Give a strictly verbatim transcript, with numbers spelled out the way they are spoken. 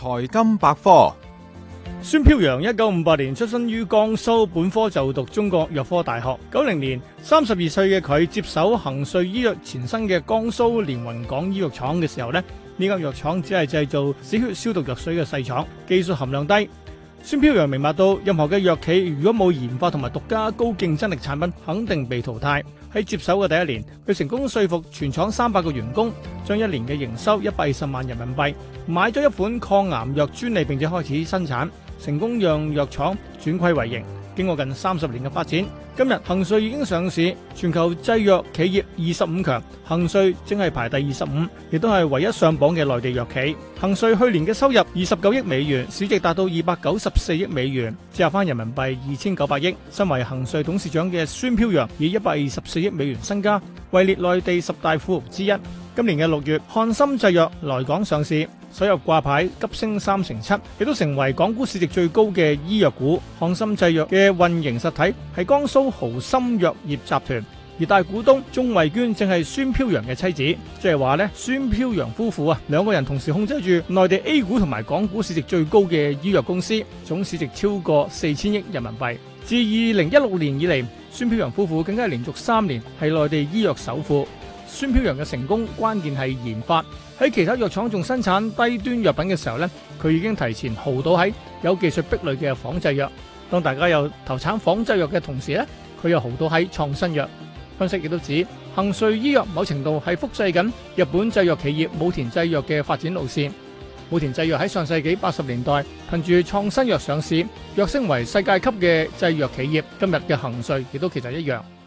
財金百科。 孫飄揚一九五八年出生於江蘇，本科就讀中國藥科大學。九零年，三十二歲嘅佢接手恒瑞醫藥前身嘅江蘇連雲港醫藥廠嘅時候呢，呢間藥廠只係製造止血消毒藥水嘅細廠，技術含量低。孫飄揚明白到，任何嘅藥企如果冇研發同埋獨家高競爭力產品，肯定被淘汰。喺接手嘅第一年，佢成功說服全廠三百個員工，將一年嘅營收一百二十萬人民幣買咗一款抗癌藥專利，並且開始生產，成功讓藥廠轉虧為盈。經過近三十年嘅發展，今日恒瑞已經上市，全球製藥企業二十五強，恒瑞正係排第二十五，亦都係唯一上榜嘅內地藥企。恒瑞去年嘅收入二十九億美元，市值達到二百九十四億美元，折合翻人民幣二千九百億。身為恒瑞董事長嘅孫飄揚，以一百二十四億美元身家，位列內地十大富豪之一。今年嘅六月，漢森製藥來港上市，所有掛牌急升三成七，亦都成為港股市值最高嘅醫藥股。漢森製藥嘅運營實體係江蘇豪森藥業集團，而大股東鍾慧娟正係孫飄揚嘅妻子，即係話呢，孫飄揚夫婦啊，兩個人同時控制住內地 A 股同埋港股市值最高嘅醫藥公司，總市值超過四千億人民幣。自二零一六年以嚟，孫飄揚夫婦更加係連續三年係內地醫藥首富。孫飄揚嘅成功關鍵係研發，喺其他藥廠仲生產低端藥品嘅時候呢，佢已經提前豪賭喺有技術壁壘嘅仿製藥。當大家有投產仿製藥嘅同時呢，佢又豪賭喺創新藥。分析亦都指，恒瑞醫藥某程度係複製緊日本製藥企業武田製藥嘅發展路線。武田製藥喺上世紀八十年代憑住創新藥上市，躍升為世界級嘅製藥企業。今日嘅恒瑞亦都其實一樣。